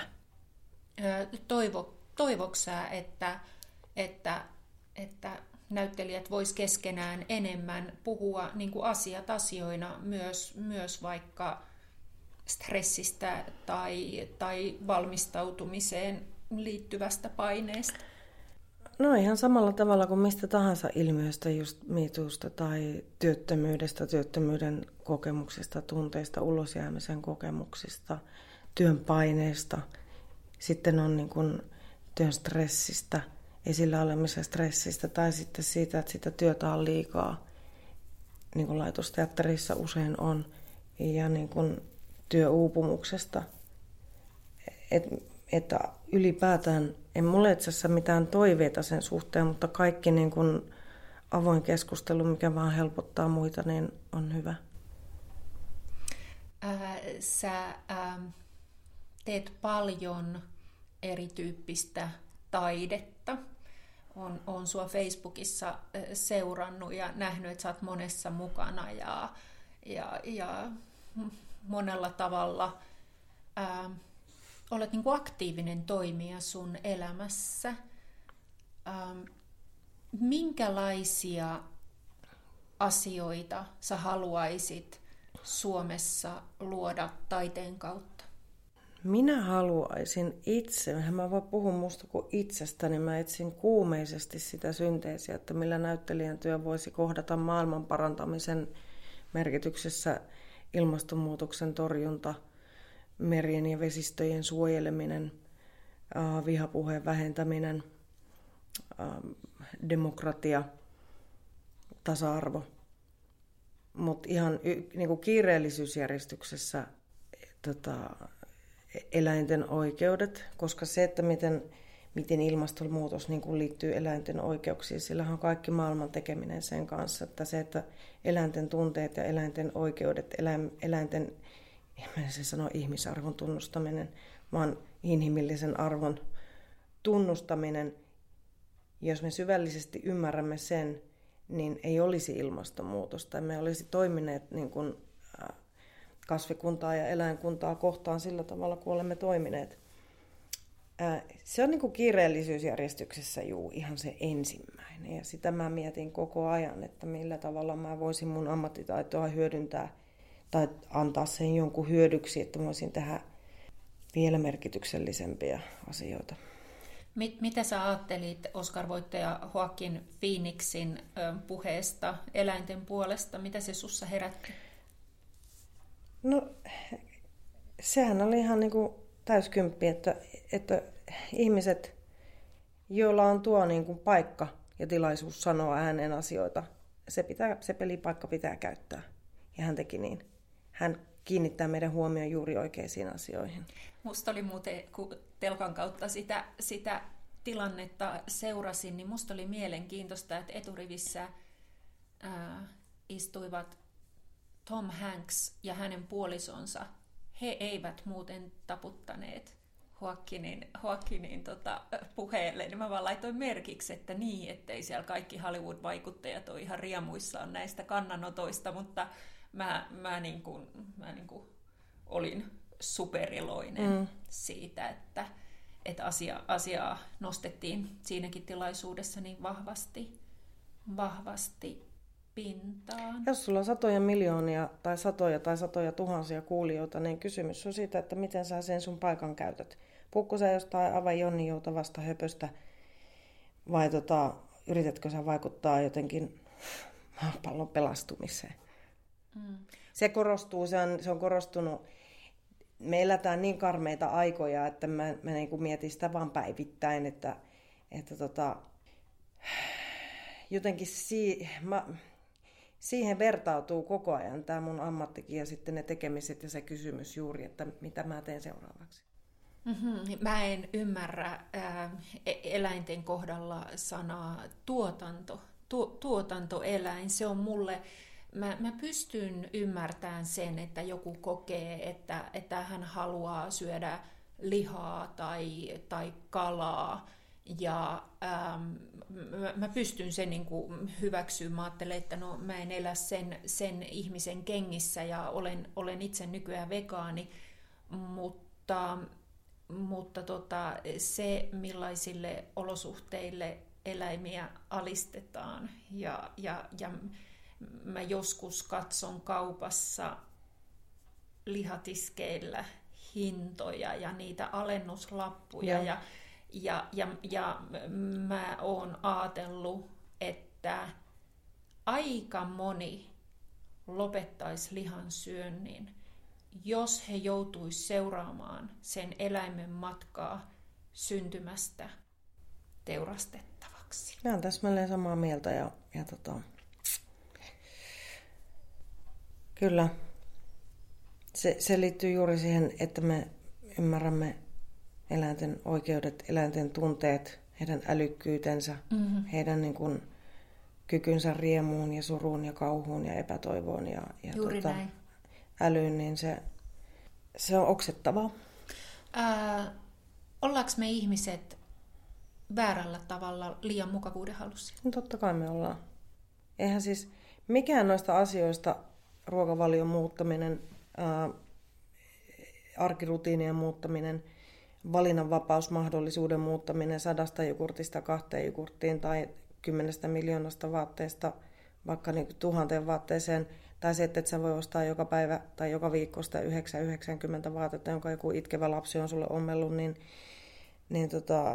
Toivo, toivoksää, että, että, että näyttelijät vois keskenään enemmän puhua niin kuin asiat asioina myös, myös vaikka stressistä tai, tai valmistautumiseen liittyvästä paineesta? No ihan samalla tavalla kuin mistä tahansa ilmiöstä, just miituusta tai työttömyydestä, työttömyyden kokemuksista, tunteista, ulosjäämisen kokemuksista, työn paineesta. Sitten on niin kuin työn stressistä, esillä olemisen stressistä tai sitten siitä, että sitä työtä on liikaa, niin kuin laitosteatterissa usein on, ja niin kuin työuupumuksesta. Et, että ylipäätään, en mulle itse asiassa mitään toiveita sen suhteen, mutta kaikki niin kuin avoin keskustelu, mikä vaan helpottaa muita, niin on hyvä. Ää, sä ää, teet paljon erityyppistä taidetta. Olen, olen sua Facebookissa seurannut ja nähnyt, että sä oot monessa mukana ja, ja, ja monella tavalla ää, olet niin kuin aktiivinen toimija sun elämässä. Ähm, minkälaisia asioita sä haluaisit Suomessa luoda taiteen kautta? Minä haluaisin itse, mä voin puhua musta kuin itsestäni, mä etsin kuumeisesti sitä synteesiä, että millä näyttelijän työ voisi kohdata maailman parantamisen merkityksessä ilmastonmuutoksen torjunta, merien ja vesistöjen suojeleminen, vihapuheen vähentäminen, demokratia, tasa-arvo. Mutta ihan niinku kiireellisyysjärjestyksessä tota, eläinten oikeudet, koska se, että miten, miten ilmastonmuutos niinku liittyy eläinten oikeuksiin, sillähän on kaikki maailman tekeminen sen kanssa. Että se, että eläinten tunteet ja eläinten oikeudet, eläinten en se sano ihmisarvon tunnustaminen, vaan inhimillisen arvon tunnustaminen. Jos me syvällisesti ymmärrämme sen, niin ei olisi ilmastonmuutosta. Me olisi toimineet niin kuin kasvikuntaa ja eläinkuntaa kohtaan sillä tavalla, kuin olemme toimineet. Se on niin kuin kiireellisyysjärjestyksessä juu, ihan se ensimmäinen. Ja sitä mä mietin koko ajan, että millä tavalla mä voisin mun ammattitaitoa hyödyntää tai antaa sen jonkun hyödyksi, että mä voisin tehdä vielä merkityksellisempiä asioita. Mit, mitä sä ajattelit Oscar-voittaja Joaquin Phoenixin ö, puheesta eläinten puolesta? Mitä se sussa herätti? No, sehän oli ihan niin kuin täyskymppi, että, että ihmiset, joilla on tuo niin kuin paikka ja tilaisuus sanoa ääneen asioita, se, pitää, se pelipaikka pitää käyttää. Ja hän teki niin. Hän kiinnittää meidän huomioon juuri oikeisiin asioihin. Musta oli muuten, kun telkan kautta sitä, sitä tilannetta seurasin, niin musta oli mielenkiintoista, että eturivissä ää, istuivat Tom Hanks ja hänen puolisonsa. He eivät muuten taputtaneet Joaquinin, Joaquinin tota, puheelle, niin mä vaan laitoin merkiksi, että niin, ettei siellä kaikki Hollywood-vaikuttajat ole ihan riemuissaan näistä kannanotoista, mutta mä, mä, niin kuin, mä niin kuin olin superiloinen mm. siitä, että, että asia, asiaa nostettiin siinäkin tilaisuudessa niin vahvasti, vahvasti pintaan. Jos sulla on satoja miljoonia tai satoja tai satoja tuhansia kuulijoita, niin kysymys on siitä, että miten sä sen sun paikan käytät. Puhutko sä jostain aivan jonninjoutavasta höpöstä vai tota, yritätkö sä vaikuttaa jotenkin maapallon pelastumiseen? Mm. Se korostuu, se on, se on korostunut. Me elätään niin karmeita aikoja, että mä, mä niin kuin mietin sitä vaan päivittäin, että, että tota, jotenkin si, mä, siihen vertautuu koko ajan tämä mun ammattikin ja sitten ne tekemiset ja se kysymys juuri, että mitä mä teen seuraavaksi. Mm-hmm. Mä en ymmärrä ää, eläinten kohdalla sanaa tuotanto, tu, tuotantoeläin. Se on mulle, mä, mä pystyn ymmärtämään sen, että joku kokee, että, että hän haluaa syödä lihaa tai, tai kalaa. Ja ähm, mä, mä pystyn sen niin kuin hyväksymään. Mä ajattelen, että no, mä en elä sen, sen ihmisen kengissä ja olen, olen itse nykyään vegaani, mutta, mutta tota, se millaisille olosuhteille eläimiä alistetaan ja, ja, ja mä joskus katson kaupassa lihatiskeillä hintoja ja niitä alennuslappuja ja, ja Ja, ja, ja mä oon ajatellut, että aika moni lopettaisi lihan syönnin, jos he joutuisi seuraamaan sen eläimen matkaa syntymästä teurastettavaksi. Mä oon täsmälleen samaa mieltä ja, ja tota, kyllä se, se liittyy juuri siihen, että me ymmärrämme eläinten oikeudet, eläinten tunteet, heidän älykkyytensä, mm-hmm. heidän niin kuin, kykynsä riemuun ja suruun ja kauhuun ja epätoivoon ja, ja tota, älyyn, niin se, se on oksettavaa. Ää, ollaanko me ihmiset väärällä tavalla liian mukavuuden halussa? No, totta kai me ollaan. Eihän siis mikään noista asioista, ruokavalion muuttaminen, ää, arkirutiinien muuttaminen, valinnanvapausmahdollisuuden muuttaminen sadasta jogurtista kahteen jogurttiin tai kymmenestä miljoonasta vaatteesta vaikka niin tuhanteen vaatteeseen, tai se, että et sä voi ostaa joka päivä tai joka viikko sitä yhdeksän yhdeksänkymmentä vaatetta, jonka joku itkevä lapsi on sulle ommellut, niin, niin tota,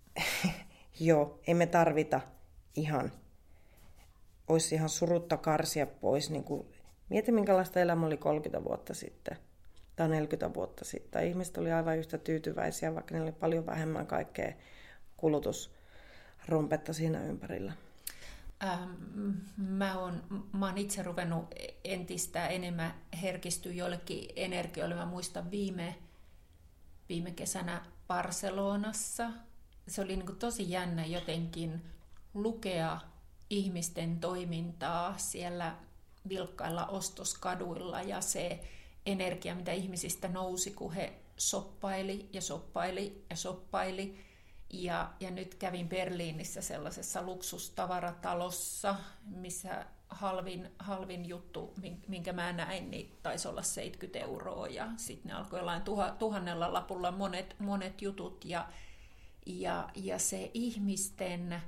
joo, ei me tarvita ihan, olisi ihan surutta karsia pois. Niin kuin, mieti, minkälaista elämä oli kolmekymmentä vuotta sitten. Tai neljäkymmentä vuotta sitten. Ihmiset oli aivan yhtä tyytyväisiä, vaikka niillä oli paljon vähemmän kaikkea kulutusrumpetta siinä ympärillä. Ähm, mä, oon, mä oon itse ruvennut entistä enemmän herkistyä joillekin energioille. Mä muistan viime, viime kesänä Barcelonassa. Se oli niin kuin tosi jännä jotenkin lukea ihmisten toimintaa siellä vilkkailla ostoskaduilla ja se energia, mitä ihmisistä nousi, kun he soppaili ja soppaili ja soppaili. Ja, ja nyt kävin Berliinissä sellaisessa luksustavaratallossa, missä halvin, halvin juttu, minkä mä näin, niin taisi olla seitsemänkymmentä euroa. Ja sitten ne alkoi jollain tuha, tuhannella lapulla monet, monet jutut. Ja, ja, ja se ihmisten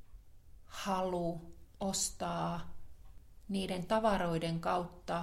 halu ostaa niiden tavaroiden kautta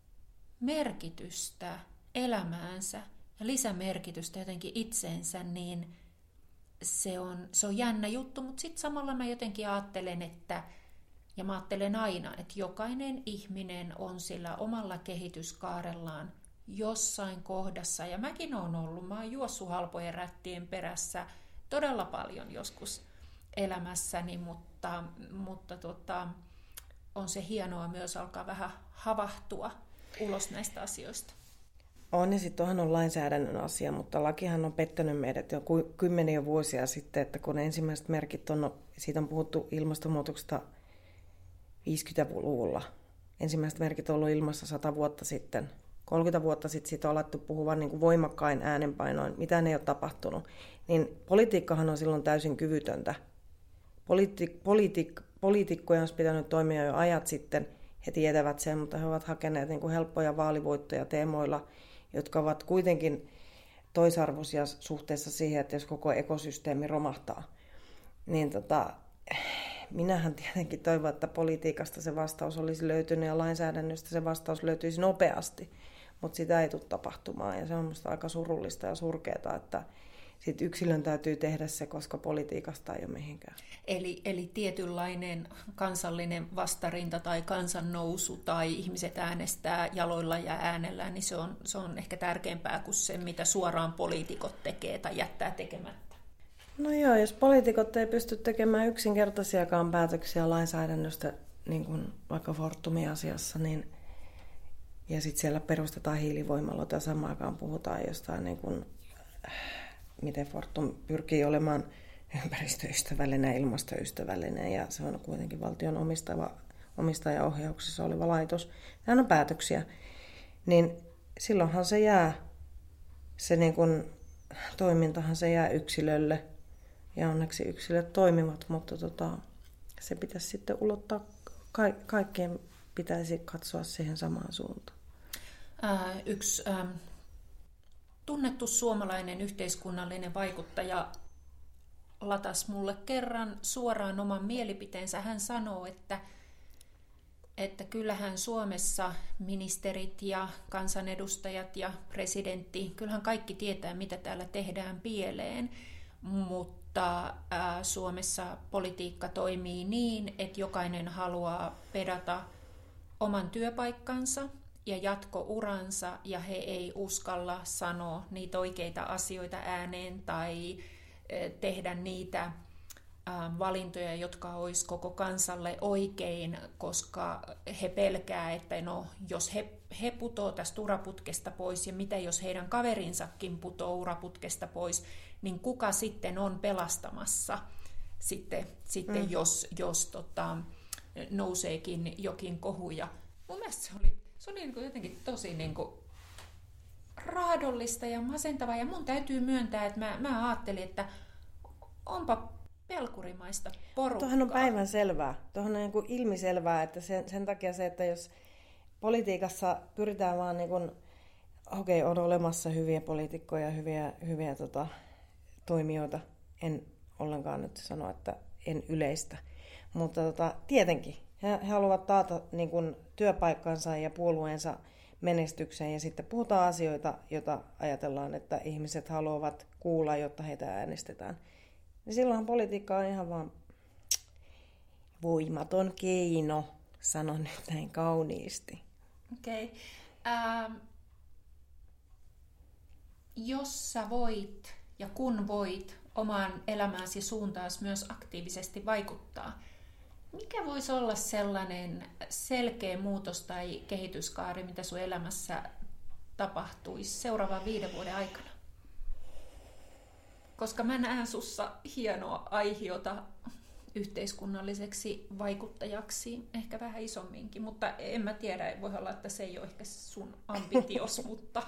merkitystä elämäänsä ja lisämerkitystä jotenkin itseensä, niin se on, se on jännä juttu, mutta sitten samalla mä jotenkin ajattelen, että, ja mä ajattelen aina, että jokainen ihminen on sillä omalla kehityskaarellaan jossain kohdassa, ja mäkin oon ollut, mä oon juossut halpojen rättien perässä todella paljon joskus elämässäni, mutta, mutta tota, on se hienoa myös alkaa vähän havahtua ulos näistä asioista. On, ja sitten onhan on lainsäädännön asia, mutta lakihan on pettänyt meidät jo kymmeniä vuosia sitten, että kun ensimmäiset merkit on, siitä on puhuttu ilmastonmuutoksesta viisikymmentäluvulla. Ensimmäiset merkit on ollut ilmassa sata vuotta sitten, kolmekymmentä vuotta sitten siitä on alettu puhua niin kuin voimakkain äänenpainoin, mitä ei ole tapahtunut, niin politiikkahan on silloin täysin kyvytöntä. Poliitik- poliitik- poliitikkojen olisi pitänyt toimia jo ajat sitten, he tietävät sen, mutta he ovat hakeneet niin kuin helppoja vaalivoittoja teemoilla, jotka ovat kuitenkin toisarvoisia suhteessa siihen, että jos koko ekosysteemi romahtaa. Niin tota, minähän tietenkin toivon, että politiikasta se vastaus olisi löytynyt ja lainsäädännöstä se vastaus löytyisi nopeasti, mutta sitä ei tule tapahtumaan ja se on minusta aika surullista ja surkeaa, että sit yksilön täytyy tehdä se, koska politiikasta ei ole mihinkään. Eli, eli tietynlainen kansallinen vastarinta tai kansannousu tai ihmiset äänestää jaloilla ja äänellä, niin se on, se on ehkä tärkeämpää kuin se, mitä suoraan poliitikot tekee tai jättää tekemättä. No joo, jos poliitikot ei pysty tekemään yksinkertaisiakaan päätöksiä lainsäädännöstä, niin kuin vaikka Fortumin asiassa, niin ja sitten siellä perustetaan hiilivoimaloita ja samaan aikaan puhutaan jostain, niin kuin, miten Fortum pyrkii olemaan ympäristöystävällinen ja ilmastoystävällinen, ja se on kuitenkin valtion omistava, omistajaohjauksessa oleva laitos. Nämä on päätöksiä. Niin silloinhan se jää, se niin kuin, toimintahan se jää yksilölle, ja onneksi yksilöt toimivat, mutta tota, se pitäisi sitten ulottaa, ka- kaikkien pitäisi katsoa siihen samaan suuntaan. Ää, yksi ähm, tunnettu suomalainen yhteiskunnallinen vaikuttaja latasi mulle kerran suoraan oman mielipiteensä. Hän sanoo, että, että kyllähän Suomessa ministerit ja kansanedustajat ja presidentti, kyllähän kaikki tietää, mitä täällä tehdään pieleen, mutta ää, Suomessa politiikka toimii niin, että jokainen haluaa pedata oman työpaikkansa ja jatkouransa, ja he ei uskalla sanoa niitä oikeita asioita ääneen tai tehdä niitä valintoja, jotka olisi koko kansalle oikein, koska he pelkää, että no, jos he, he putoo tästä uraputkesta pois, ja mitä jos heidän kaverinsakin putoo uraputkesta pois, niin kuka sitten on pelastamassa, sitten, sitten mm. jos, jos tota, nouseekin jokin kohu. Ja mun mielestä se oli, se oli niin kuin jotenkin tosi niin kuin raadollista ja masentavaa, ja mun täytyy myöntää, että mä, mä ajattelin, että onpa pelkurimaista porukkaa. Tuohan on päivän selvää. Tuohan on niin kuin ilmiselvää, että sen, sen takia se, että jos politiikassa pyritään vaan niin kuin, okei, okay, on olemassa hyviä poliitikkoja, hyviä, hyviä tota, toimijoita, en ollenkaan nyt sano, että en yleistä, mutta tota, tietenkin he, he haluavat taata niin kuin työpaikkansa ja puolueensa menestykseen, ja sitten puhutaan asioita, joita ajatellaan, että ihmiset haluavat kuulla, jotta heitä äänestetään. Ja silloinhan politiikka on ihan vaan voimaton keino, sanon nyt näin kauniisti. Okei. Okay. Ähm, jos sä voit ja kun voit omaan elämääsi suuntaasi myös aktiivisesti vaikuttaa, mikä voisi olla sellainen selkeä muutos tai kehityskaari, mitä sun elämässä tapahtuisi seuraavan viiden vuoden aikana? Koska mä näen sussa hienoa aihiota yhteiskunnalliseksi vaikuttajaksi, ehkä vähän isomminkin, mutta en mä tiedä, voi olla, että se ei ole ehkä sun ambitios, mutta...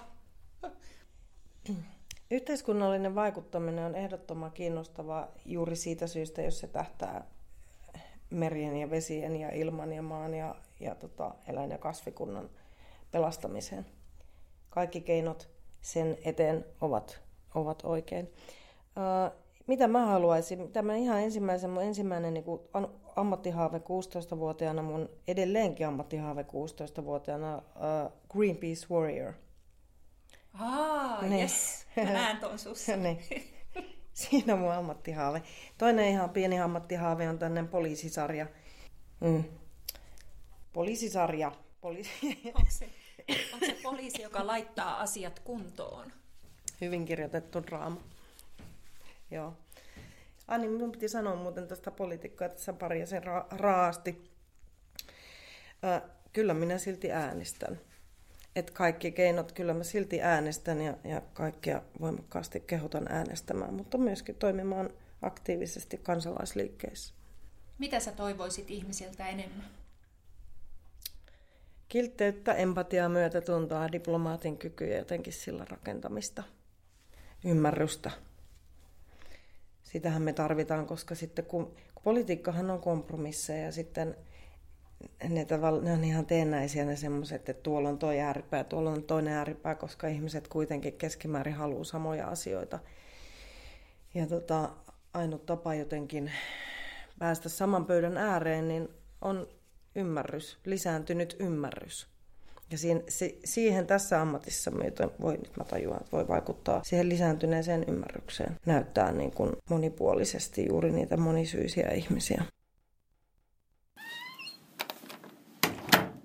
Yhteiskunnallinen vaikuttaminen on ehdottoman kiinnostavaa juuri siitä syystä, jos se tähtää merien ja vesien ja ilman ja maan ja, ja tota, eläin- ja kasvikunnan pelastamiseen. Kaikki keinot sen eteen ovat, ovat oikein. Uh, mitä mä haluaisin? Tämä ihan ensimmäisen, mun ensimmäinen niin kuin ammattihaave kuusitoistavuotiaana, mun edelleenkin ammattihaave kuusitoistavuotiaana, uh, Greenpeace Warrior. Aa, niin. Jes, mä näen ton sussa. niin. Siinä on mun ammattihaave. Toinen ihan pieni ammattihaave on tämmöinen poliisisarja. Mm. Poliisisarja. Poliisi. Onko se, onko se poliisi, joka laittaa asiat kuntoon? Hyvin kirjoitettu draama. Joo. Anni, minun piti sanoa muuten tästä poliitikkoa tässä pari ja sen ra- raasti. Äh, kyllä minä silti äänestän. Että kaikki keinot, kyllä mä silti äänestän ja, ja kaikkia voimakkaasti kehotan äänestämään, mutta myöskin toimimaan aktiivisesti kansalaisliikkeissä. Mitä sä toivoisit ihmisiltä enemmän? kiltteyttä, empatiaa, myötätuntoa, diplomaatin kykyä ja jotenkin sillä rakentamista, ymmärrystä. Sitähän me tarvitaan, koska sitten kun, kun politiikkahan on kompromisseja ja sitten ne, tavalla, ne on ihan teennäisiä ne semmoiset, että tuolla on toi ääripää, tuolla on toinen ääripää, koska ihmiset kuitenkin keskimäärin haluaa samoja asioita. Ja tota, ainut tapa jotenkin päästä saman pöydän ääreen, niin on ymmärrys, lisääntynyt ymmärrys. Ja siihen, siihen tässä ammatissa voi, nyt mä tajuan, että voi vaikuttaa siihen lisääntyneeseen ymmärrykseen. Näyttää niin kuin monipuolisesti juuri niitä monisyisiä ihmisiä.